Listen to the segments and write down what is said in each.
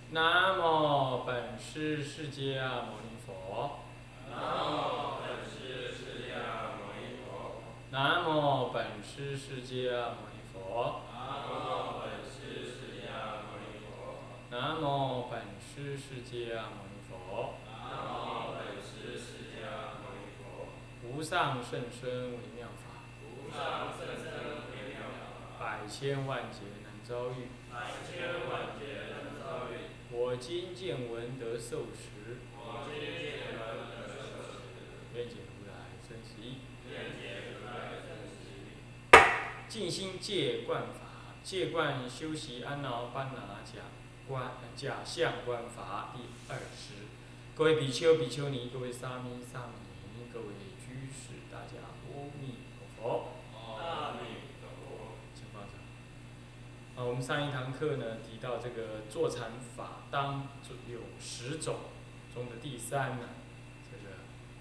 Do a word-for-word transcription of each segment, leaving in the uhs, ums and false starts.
南无本师释迦牟尼佛。 南无本师释迦牟尼佛。 南无本师释迦牟尼佛。 南无本师释迦牟尼佛。 南无本师释迦牟尼佛。 南无本师释迦牟尼佛。 无上甚深微妙法， 无上甚深微妙法， 百千万劫难遭遇。 百千万劫难遭遇。 我今见闻得受持， 我今见闻得受持， 愿解如来真实义。 愿解如来真实义。 尽心戒观法，戒观修习安牢班拿假观假相观法第二十。各位比丘、比丘尼，各位沙弥、沙弥尼，各位居士，大家阿弥陀佛。 阿弥陀佛。 请放上。啊，我们上一堂课呢提到这个坐禅法当有十种中的第三呢，这个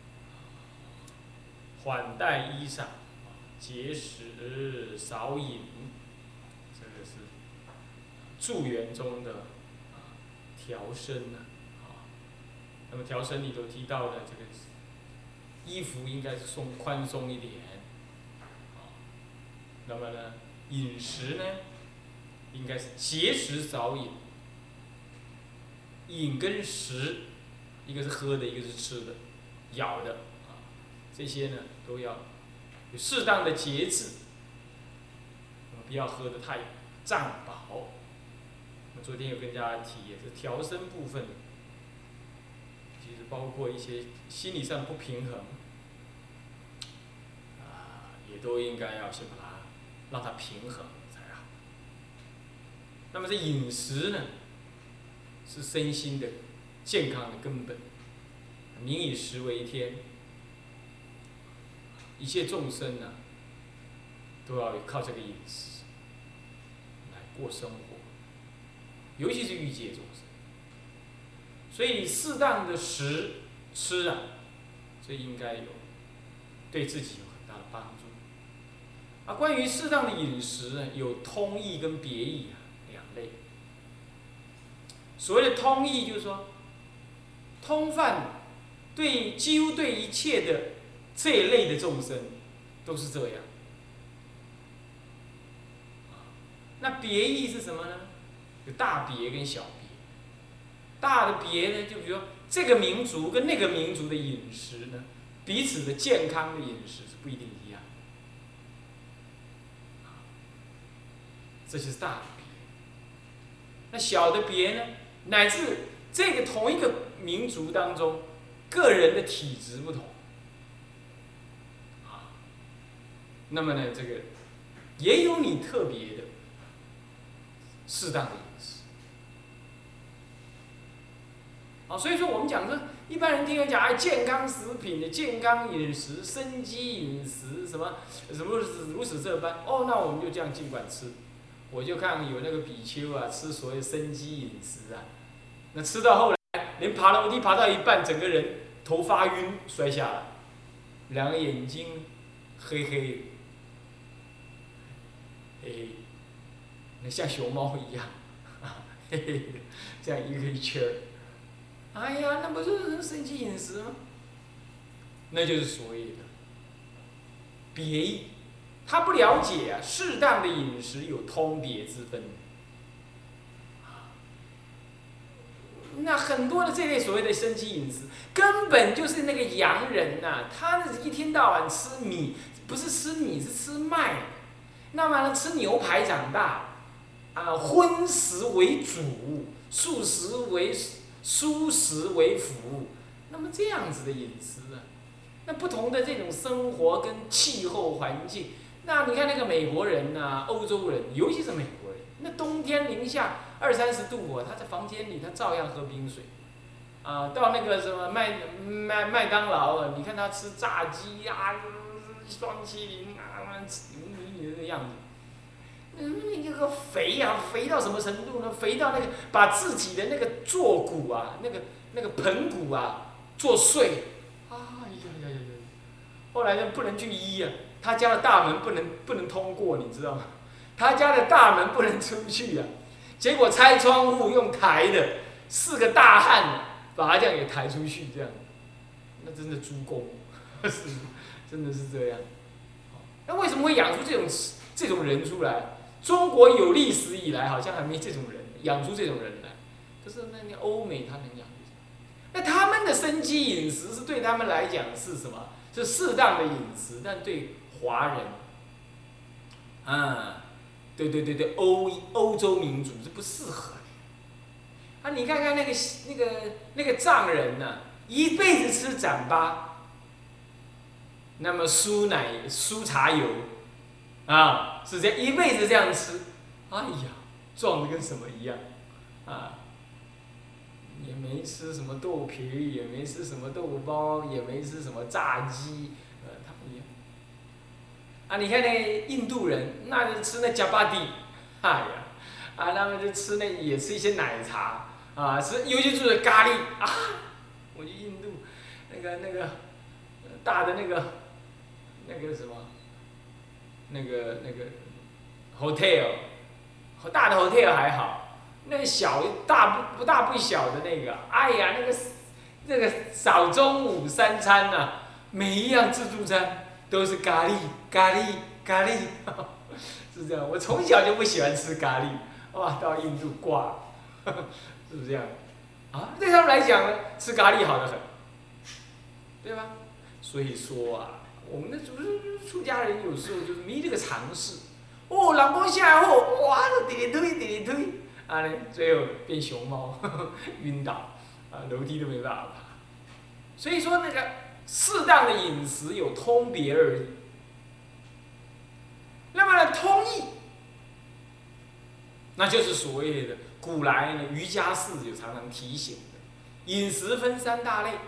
缓带衣裳，节食少饮，这个是助缘中的啊调身呢啊。那么调身里头提到的这个衣服应该是松宽松一点，啊，那么呢饮食呢？应该是节食少饮，饮跟食，一个是喝的，一个是吃的，咬的，啊，这些呢都要有适当的节制，不要喝得太胀饱。我昨天有跟大家提，也是调身部分，其实包括一些心理上不平衡，啊，也都应该要先把它让它平衡。那么这饮食呢，是身心的健康的根本。民以食为天，一切众生呢，都要靠这个饮食来过生活，尤其是欲界众生。所以适当的食吃啊，这应该有对自己有很大的帮助。啊，关于适当的饮食呢，有通义跟别义啊。所谓的通义，就是说，通泛对几乎对一切的这一类的众生都是这样。那别义是什么呢？有大别跟小别。大的别呢，就比如说这个民族跟那个民族的饮食呢，彼此的健康的饮食是不一定一样的。这就是大的别。那小的别呢？乃至这个同一个民族当中，个人的体质不同，啊，那么呢，这个也有你特别的、适当的饮食，啊，所以说我们讲这一般人听人讲，哎，健康食品的健康饮食、生机饮食，什么什么如此这般，哦，那我们就这样尽管吃。我就看有那个比丘啊，吃所谓生机饮食啊，那吃到后来，连爬楼梯爬到一半，整个人头发晕摔下来，两个眼睛黑黑的，嘿嘿，那像熊猫一样，嘿嘿，这样一个一圈儿，哎呀，那不是生机饮食吗？那就是所谓的别义。他不了解啊，适当的饮食有通别之分。那很多的这类所谓的生机饮食，根本就是那个洋人呐、啊，他那一天到晚吃米，不是吃米是吃麦，那么呢吃牛排长大，啊，荤食为主，素食为蔬食为辅，那么这样子的饮食啊，那不同的这种生活跟气候环境。那你看那个美国人呐、啊，欧洲人，尤其是美国人，那冬天零下二三十度啊，他在房间里他照样喝冰水，啊，到那个什么麦麦麦当劳啊，你看他吃炸鸡啊，双麒麟啊，你你那个样子，嗯，那个肥啊，肥到什么程度呢？肥到那个把自己的那个坐骨啊，那个那个盆骨啊做碎，啊呀呀呀呀！后来呢，不能去医啊。他家的大门不能不能通过，你知道吗？他家的大门不能出去啊，结果拆窗户用抬的， 四个大汉把他这样给抬出去，这样，那真的猪公，是，真的是这样。那为什么会养出这种这种人出来？中国有历史以来好像还没这种人养出这种人来，可是那那欧美他能养。那他们的生机饮食是对他们来讲是什么？是适当的饮食，但对华人，啊，对对对对，欧欧洲民族是不适合的。啊，你看看那个那个那个藏人呐、啊，一辈子吃糌粑，那么酥奶酥茶油，啊，是这样一辈子这样吃，哎呀，壮的跟什么一样，啊。也没吃什么豆皮，也没吃什么豆包，也没吃什么炸鸡，呃，他们一样。啊，你看那印度人，那就吃那加巴蒂，哎呀，啊，他们就吃那也吃一些奶茶，啊，吃尤其是咖喱啊，我去印度，那个那个大的那个那个什么，那个那个 hotel， 大的 hotel 还好。那个小大不不大不小的那个，哎呀，那个那个早中午三餐呐、啊，每一样自助餐都是咖喱咖喱咖喱，是这样。我从小就不喜欢吃咖喱，哇，到印度挂了，是不是这样？啊，对他们来讲呢，吃咖喱好得很，对吧？所以说啊，我们的出家人有时候就是没这个常识，哦，人讲下后，哇，就直直推直直推。啊呢，最后变熊猫，呵呵晕倒，啊，楼梯都没办法爬。所以说那个适当的饮食有通别而已。那么呢，通义，那就是所谓的古来呢瑜伽士就常常提醒的，饮食分三大类，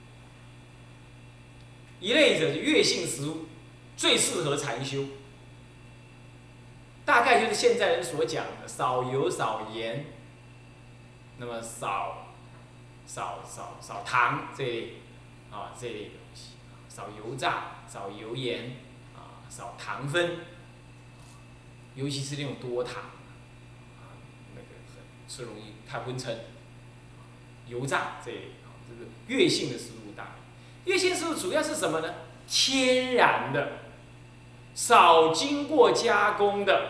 一类者是悦性食物，最适合禅修。大概就是现在人所讲的少油少盐，那么少少少少糖这类啊这类东西，少油炸、少油盐啊、少糖分，尤其是那种多糖啊，那个很吃容易太昏沉，油炸这类啊，这个悦性的食物大。悦性食物主要是什么呢？天然的，少经过加工的。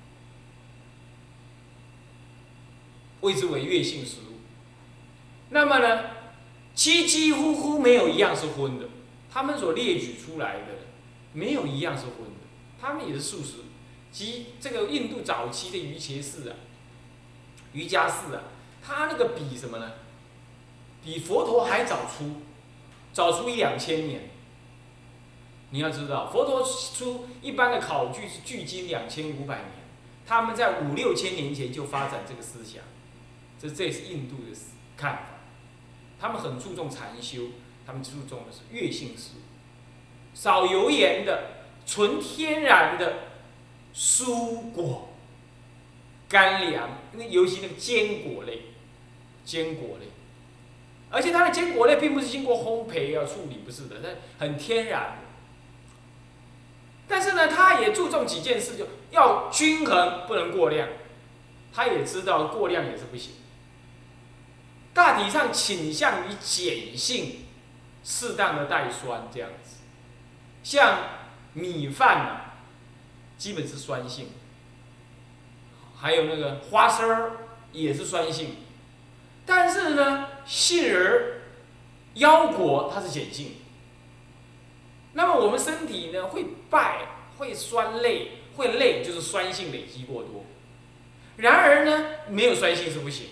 谓之为悦性食物。那么呢，几几乎乎没有一样是荤的，他们所列举出来的没有一样是荤的，他们也是素食。即这个印度早期的瑜伽士啊，瑜伽士啊，他那个比什么呢？比佛陀还早出，早出一两千年。你要知道，佛陀出一般的考据是距今两千五百年，他们在五六千年前就发展这个思想。这这也是印度的看法，他们很注重禅修，他们注重的是悦性食物，少油盐的、纯天然的蔬果、干粮，那尤其那个坚果类，坚果类，而且它的坚果类并不是经过烘焙啊处理，不是的，那很天然的。但是呢，他也注重几件事，就要均衡，不能过量。他也知道过量也是不行。大体上倾向于碱性，适当的带酸这样子。像米饭啊，基本是酸性，还有那个花生儿也是酸性，但是呢，杏仁、腰果它是碱性。那么我们身体呢会败，会酸累，会累就是酸性累积过多。然而呢，没有酸性是不行。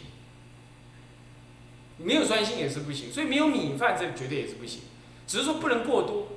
没有酸性也是不行，所以没有米饭这绝对也是不行，只是说不能过多。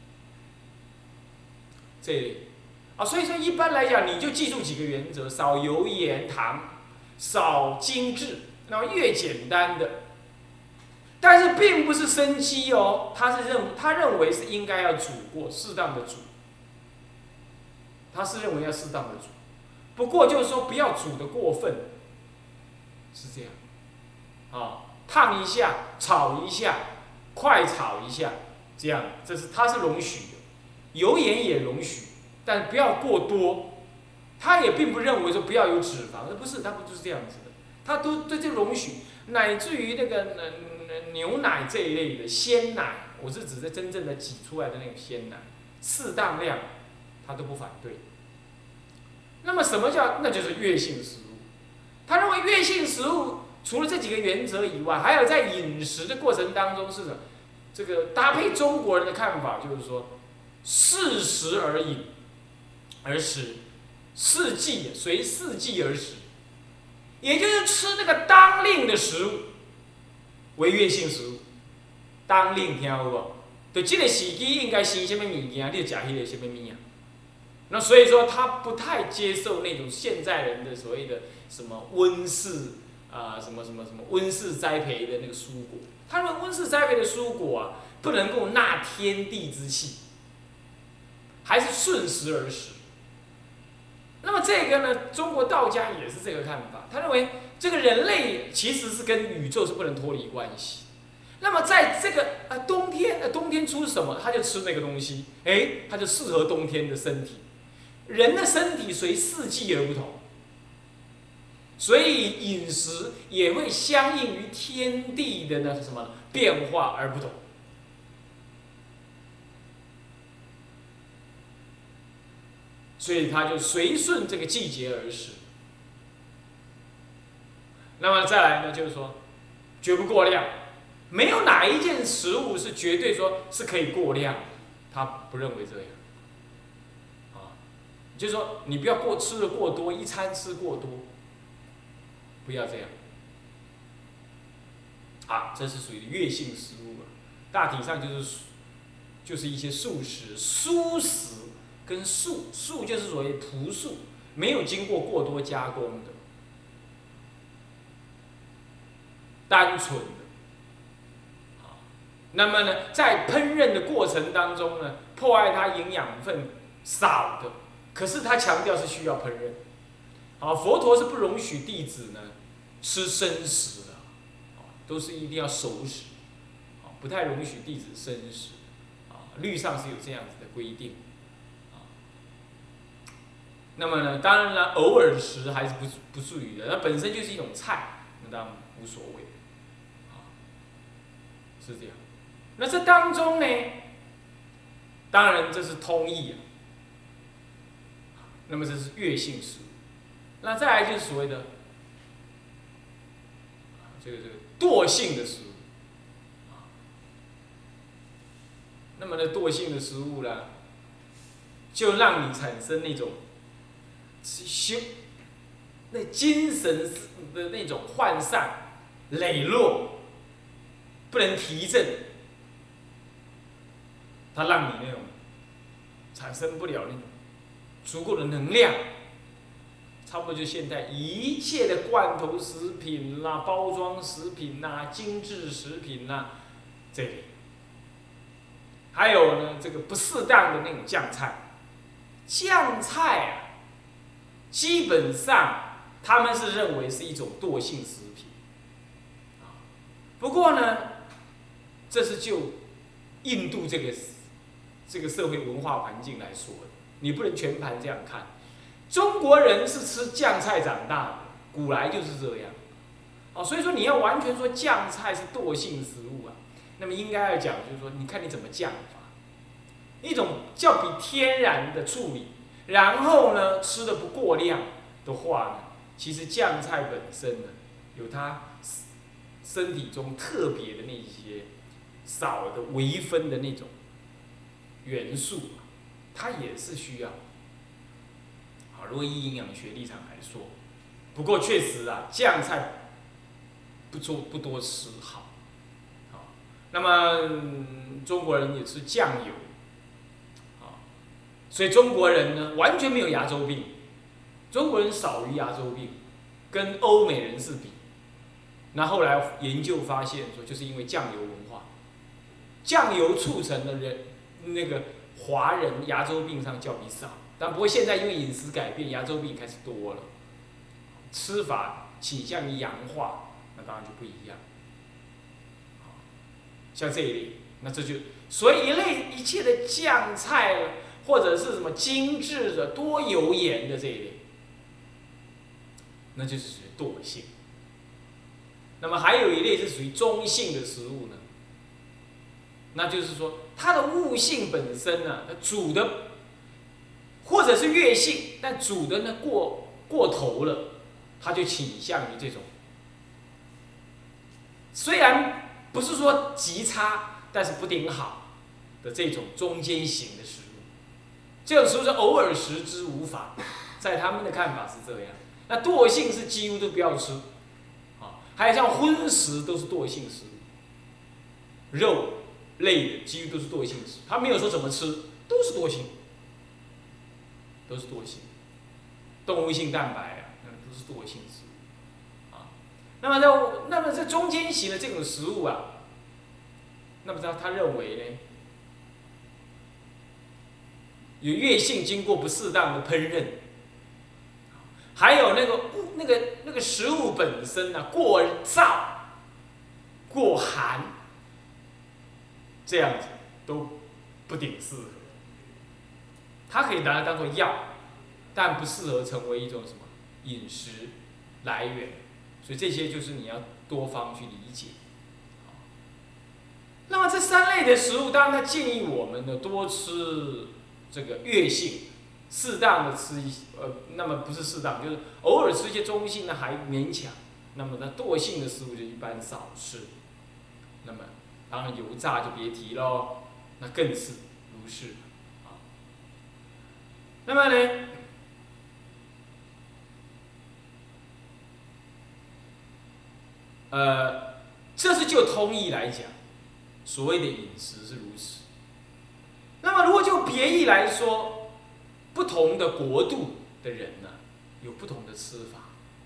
这一类啊，所以说一般来讲，你就记住几个原则：少油盐糖，少精致，那么越简单的。但是并不是生鸡哦，他是认他认为是应该要煮过，适当的煮。他是认为要适当的煮，不过就是说不要煮得过分，是这样，啊。烫一下，炒一下，快炒一下，这样，这是它是容许的，油盐也容许，但不要过多。他也并不认为说不要有脂肪，不是，他不就是这样子的，他都对这容许。 乃至于那个呃牛奶这一类的鲜奶，我是指的真正的挤出来的那种鲜奶，适当量，他都不反对。那么什么叫？那就是悦性食物。他认为悦性食物除了这几个原则以外，还有在饮食的过程当中是什么？这个搭配中国人的看法，就是说适时而饮而食，四季随四季而食，也就是吃那个当令的食物为悦性食物。当令听有无？就这个时机应该吃什么物件，你就吃迄个什么物件。那所以说，他不太接受那种现在人的所谓的什么温室啊、呃，什么什么什么温室栽培的那个蔬果。他们温室栽培的蔬果啊，不能够纳天地之气，还是顺时而食。那么这个呢，中国道家也是这个看法，他认为这个人类其实是跟宇宙是不能脱离关系。那么在这个啊冬天，呃冬天出什么，他就吃那个东西，哎，他就适合冬天的身体。人的身体随四季而不同，所以饮食也会相应于天地的那什么变化而不同。所以他就随顺这个季节而食。那么再来呢，就是说，绝不过量，没有哪一件食物是绝对说是可以过量，他不认为这样。就是说，你不要过吃的过多，一餐吃过多，不要这样。啊，这是属于悦性食物了。大体上就是就是一些素食、蔬食跟素，素就是所谓朴素，没有经过过多加工的，单纯的。啊，那么呢，在烹饪的过程当中呢，破坏它营养分少的。可是他强调是需要烹饪，啊，佛陀是不容许弟子呢吃生食的，啊，都是一定要熟食，啊，不太容许弟子生食，啊，律上是有这样子的规定，啊，那么呢，当然了，偶尔食还是不不属于的，它本身就是一种菜，那当然无所谓，啊，是这样。那这当中呢，当然这是通义啊。那么这是悦性食物，那再来就是所谓的这个这个惰性的食物，那么呢惰性的食物呢，就让你产生那种修那精神的那种涣散、羸弱，不能提振，它让你那种产生不了那种足够的能量，差不多就现在一切的罐头食品啦、包装食品啦、精致食品啦，这里，还有呢这个不适当的那种酱菜，酱菜啊，基本上他们是认为是一种惰性食品，不过呢，这是就印度这个这个社会文化环境来说的。你不能全盘这样看，中国人是吃酱菜长大的，古来就是这样，哦，所以说你要完全说酱菜是惰性食物啊，那么应该要讲就是说，你看你怎么酱法，一种较比天然的处理，然后呢吃的不过量的话呢，其实酱菜本身呢有它身体中特别的那些少的微分的那种元素。它也是需要，好，如果以营养学立场来说，不过确实啊，酱菜不多不多吃好，好，那么、嗯、中国人也吃酱油，好，所以中国人呢完全没有牙周病，中国人少于牙周病，跟欧美人士比，那后来研究发现说，就是因为酱油文化，酱油促成了人那个。华人牙周病上较比少，但不过现在因为饮食改变，牙周病开始多了，吃法倾向于洋化，那当然就不一样。像这一类，那这就所以一类一切的酱菜或者是什么精致的多油盐的这一类，那就是属于惰性。 那么还有一类是属于中性的食物呢，那就是说它的物性本身呢、啊，煮的或者是越性，但煮的呢过过头了，它就倾向于这种，虽然不是说极差，但是不顶好的这种中间型的食物。这种食物是偶尔食之无妨，在他们的看法是这样。那惰性是几乎都不要吃，啊，还有像荤食都是惰性食物，肉类的几乎都是惰性食，他没有说怎么吃，都是惰性，都是惰性。动物性蛋白啊，那都是惰性食物，啊，那么这那么这中间型的这种食物啊，那么他他认为呢，有越性经过不适当的烹饪，还有那个物那个那个食物本身啊过燥、过寒，这样子都不顶适合。它可以拿来当做药，但不适合成为一种什么饮食来源。所以这些就是你要多方去理解。那么这三类的食物，当然他建议我们呢多吃这个越性，适当的吃一呃，那么不是适当，就是偶尔吃一些中性的还勉强。那么呢惰性的食物就一般少吃。那么当然油炸就别提喽，那更是如是。啊，那么呢，呃，这是就通义来讲，所谓的饮食是如此。那么如果就别义来说，不同的国度的人呢，有不同的吃法。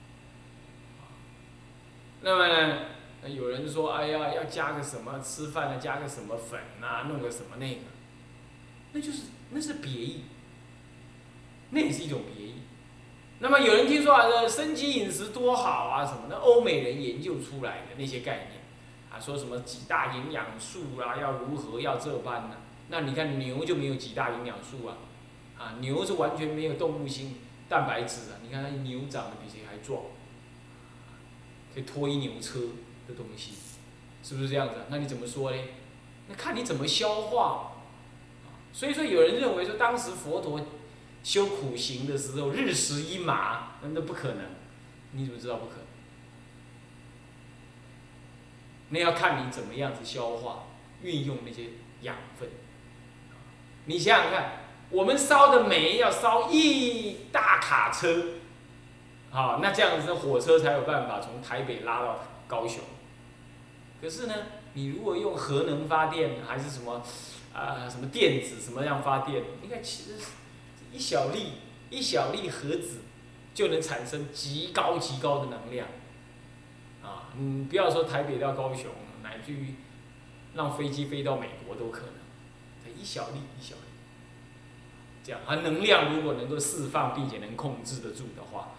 那么呢，有人说，哎呀，要加个什么吃饭呢？加个什么粉啊，弄个什么那个，那就是那是别义，那也是一种别义。那么有人听说啊，生机饮食多好啊，什么的，欧美人研究出来的那些概念，啊，说什么几大营养素啊，要如何要这般呢、啊？那你看牛就没有几大营养素啊，啊，牛是完全没有动物性蛋白质啊，你看它牛长得比谁还壮，可以拖一牛车的东西，是不是这样子、啊？那你怎么说呢？那看你怎么消化。所以说，有人认为说，当时佛陀修苦行的时候，日食一马，那不可能。你怎么知道不可能？那要看你怎么样子消化、运用那些养分。你想想看，我们烧的煤要烧一大卡车，好，那这样子的火车才有办法从台北拉到高雄。可是呢，你如果用核能发电，还是什么啊、呃、什么电子什么样发电，你看其实一小粒一小粒核子就能产生极高极高的能量。啊，你不要说台北到高雄，乃至于让飞机飞到美国都可能。一小粒一小粒，这样，而能量如果能够释放并且能控制得住的话，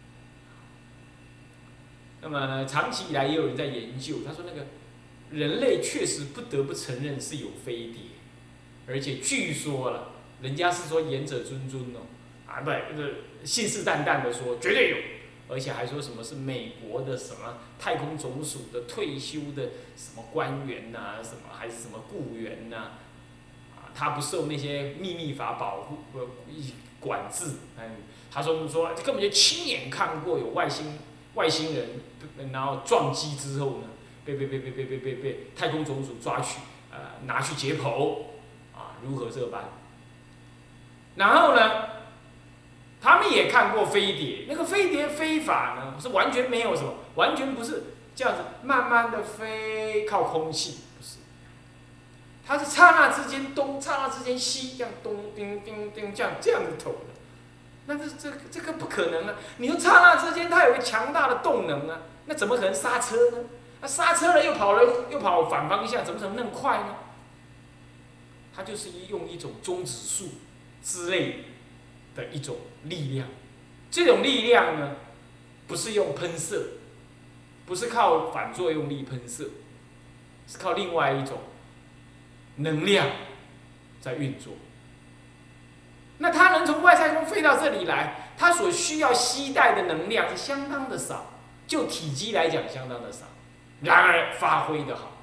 那么呢，长期以来也有人在研究，他说那个人类确实不得不承认是有飞碟，而且据说了，人家是说言者谆谆哦，啊不是信誓旦旦的说绝对有，而且还说什么是美国的什么太空总署的退休的什么官员呐、啊，什么还是什么雇员呐、啊。他不受那些秘密法保护呃管制，嗯，他说说根本就亲眼看过有外星外星人，然后撞击之后呢，被被被被被被被被太空总署抓去，呃，拿去解剖，啊，如何这般？然后呢，他们也看过飞碟，那个飞碟飞法呢是完全没有什么，完全不是这样子慢慢的飞，靠空气。它是刹那之间东，刹那之间西，这样咚叮叮叮这样这样子投的，那这这这个不可能啊！你说刹那之间它有个强大的动能啊，那怎么可能刹车呢？那刹车了又跑了又跑反方向，怎么可能那么快呢？它就是用一种中指数之类的一种力量，这种力量呢，不是用喷射，不是靠反作用力喷射，是靠另外一种能量在运作。那它能从外太空飞到这里来，它所需要携带的能量是相当的少，就体积来讲相当的少。 然而发挥的好，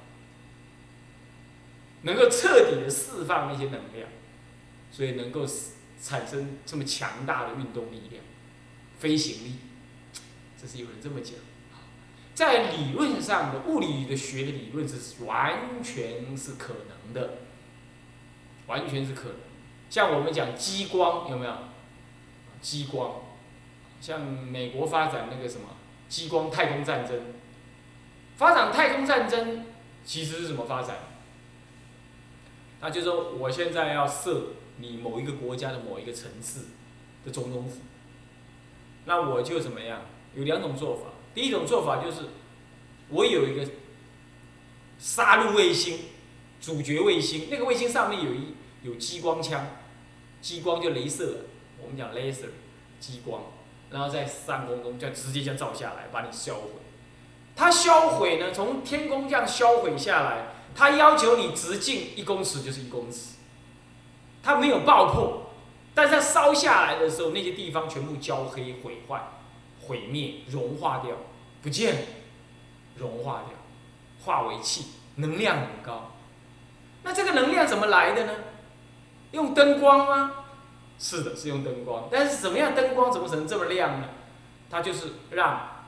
能够彻底的释放那些能量，所以能够产生这么强大的运动力量、飞行力，这是有人这么讲。在理论上的物理的学的理论是完全是可能的，完全是可能。像我们讲激光，有没有？激光，像美国发展那个什么激光太空战争，发展太空战争其实是怎么发展？那就是说，我现在要射你某一个国家的某一个城市的总统府，那我就怎么样？有两种做法。第一种做法就是，我有一个杀戮卫星、主角卫星，那个卫星上面有一有激光枪，激光就雷射，我们讲 laser 激光，然后在上空中就直接这样照下来，把你销毁。它销毁呢，从天空这样销毁下来，它要求你直径一公尺就是一公尺，它没有爆破，但是它烧下来的时候，那些地方全部焦黑、毁坏、毁灭、融化掉，不见了，融化掉，化为气，能量很高。那这个能量怎么来的呢？用灯光吗？是的，是用灯光。但是怎么样灯光怎么可能这么亮呢？它就是让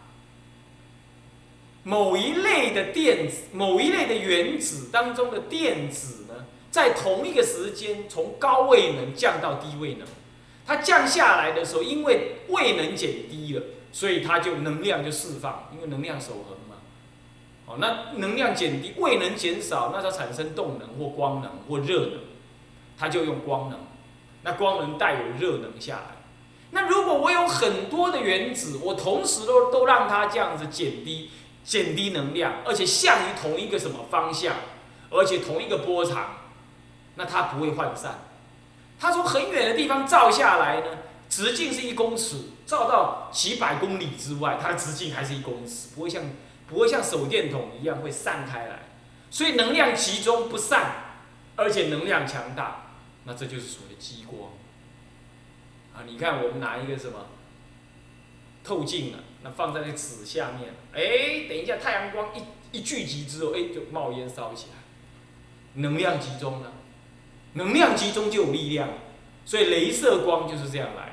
某一类的电子、某一类的原子当中的电子呢，在同一个时间从高位能降到低位能。它降下来的时候，因为位能减低了，所以它就能量就释放，因为能量守恒嘛。好，那能量减低，位能减少，那它产生动能或光能或热能，它就用光能。那光能带有热能下来。那如果我有很多的原子，我同时都都让它这样子减低。减低能量，而且向于同一个什么方向，而且同一个波长，那它不会涣散。它从很远的地方照下来呢，直径是一公尺，照到几百公里之外，它的直径还是一公尺，不会像不会像手电筒一样会散开来。所以能量集中不散，而且能量强大，那这就是所谓的激光。啊，你看我们拿一个什么透镜啊，那放在那纸下面，哎，等一下太阳光一一聚集之后，哎，就冒烟烧起来，能量集中了，能量集中就有力量，所以雷射光就是这样来的，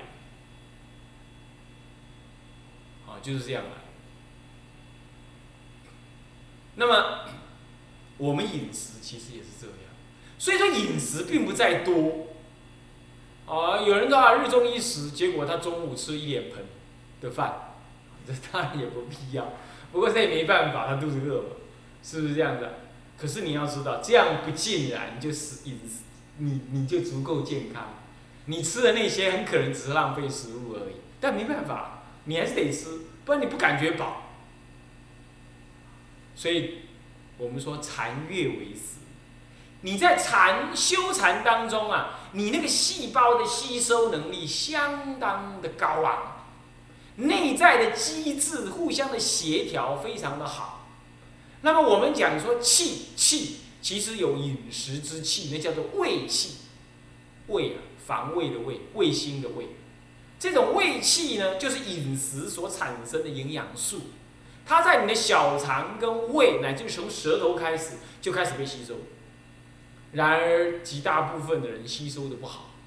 啊，就是这样来的。那么我们饮食其实也是这样，所以说饮食并不在多，啊，有人说啊日中一食，结果他中午吃一脸盆的饭。这当然也不必要，不过这也没办法，他肚子饿嘛，是不是这样子啊？可是你要知道，这样不尽然就是饮食，你你就足够健康。你吃的那些很可能只是浪费食物而已，但没办法，你还是得吃，不然你不感觉饱。所以，我们说禅悦为食。你在禅修禅当中啊，你那个细胞的吸收能力相当的高昂。内在的机制互相的协调非常的好。那么我们讲说气气，其实有饮食之气，那叫做胃气。胃啊，防卫的胃，卫星的胃。这种胃气呢，就是饮食所产生的营养素，它在你的小肠跟胃，乃至从舌头开始就开始被吸收。然而极大部分的人吸收的不好。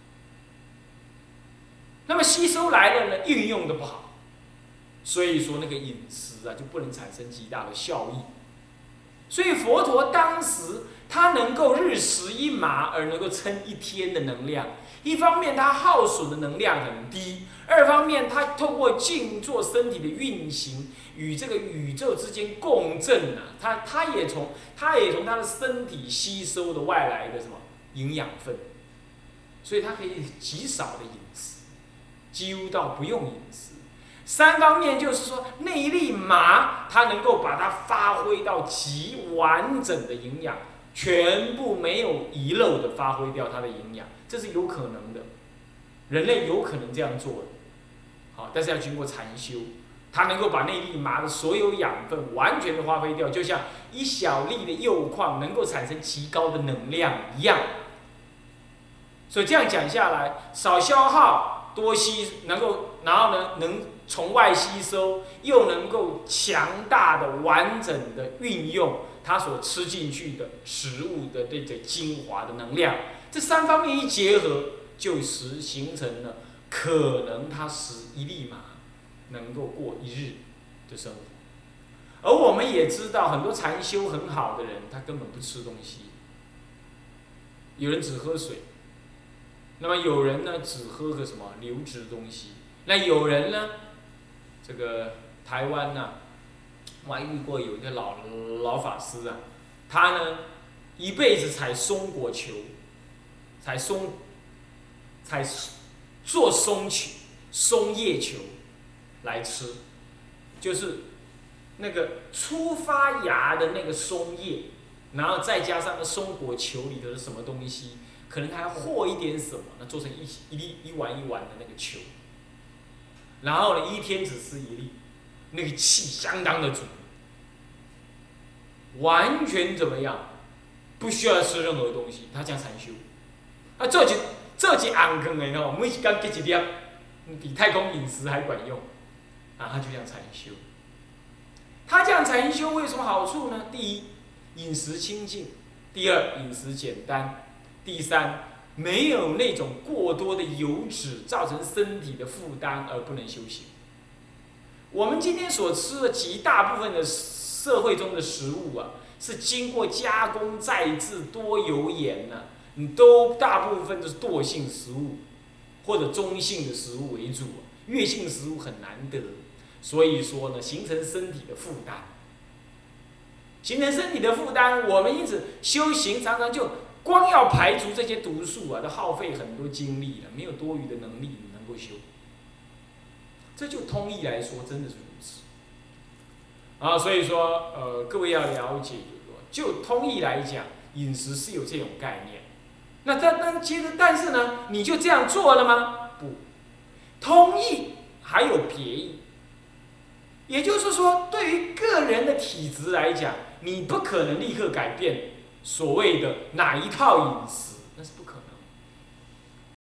那么吸收来了呢，运用的不好。所以说那个饮食啊，就不能产生极大的效益。所以佛陀当时他能够日食一麻而能够撑一天的能量，一方面他耗损的能量很低，二方面他透过静坐身体的运行与这个宇宙之间共振啊，他他也从他也从他的身体吸收的外来的什么营养分，所以他可以极少的饮食，几乎到不用饮食。三方面就是说，那一粒麻，它能够把它发挥到极完整的营养，全部没有遗漏的发挥掉它的营养，这是有可能的，人类有可能这样做的，好，但是要经过禅修，它能够把那粒麻的所有养分完全的发挥掉，就像一小粒的铀矿能够产生极高的能量一样。所以这样讲下来，少消耗。 多吸，能够，然后呢，能从外吸收，又能够强大的、完整的运用它所吃进去的食物的这个精华的能量，这三方面一结合，就使形成了可能它使一粒马能够过一日的生活。而我们也知道，很多禅修很好的人，他根本不吃东西。有人只喝水，那么有人呢只喝个什么流质东西，那有人呢，这个台湾呐、啊，我还遇过有一个老老法师啊，他呢一辈子采松果球，采松，采做松球、松叶球来吃，就是那个初发芽的那个松叶。然后再加上那松果球里头的什么东西，可能还要和一点什么，那做成一一粒一丸一丸的那个球。然后呢，一天只吃一粒，那个气相当的足，完全怎么样？不需要吃任何东西，他这样禅修。啊，这一这一红光的吼，每一天给一粒，比太空饮食还管用。啊，他就这样禅修。他这样禅修为什么好处呢？第一，饮食清净；第二，饮食简单；第三，没有那种过多的油脂造成身体的负担而不能修行。我们今天所吃的极大部分的社会中的食物啊，是经过加工再制、多油盐呐、啊，你都大部分都是惰性食物或者中性的食物为主、啊，越性食物很难得，所以说呢，形成身体的负担。形成身体的负担，我们因此修行常常就光要排除这些毒素啊，都耗费很多精力了，没有多余的能力能够修。这就通义来说，真的是如此。啊，所以说，呃，各位要了解，就通义来讲，饮食是有这种概念。那但但接着，但是呢，你就这样做了吗？不，通义还有别义。也就是说，对于个人的体质来讲，你不可能立刻改变所谓的哪一套饮食，那是不可能。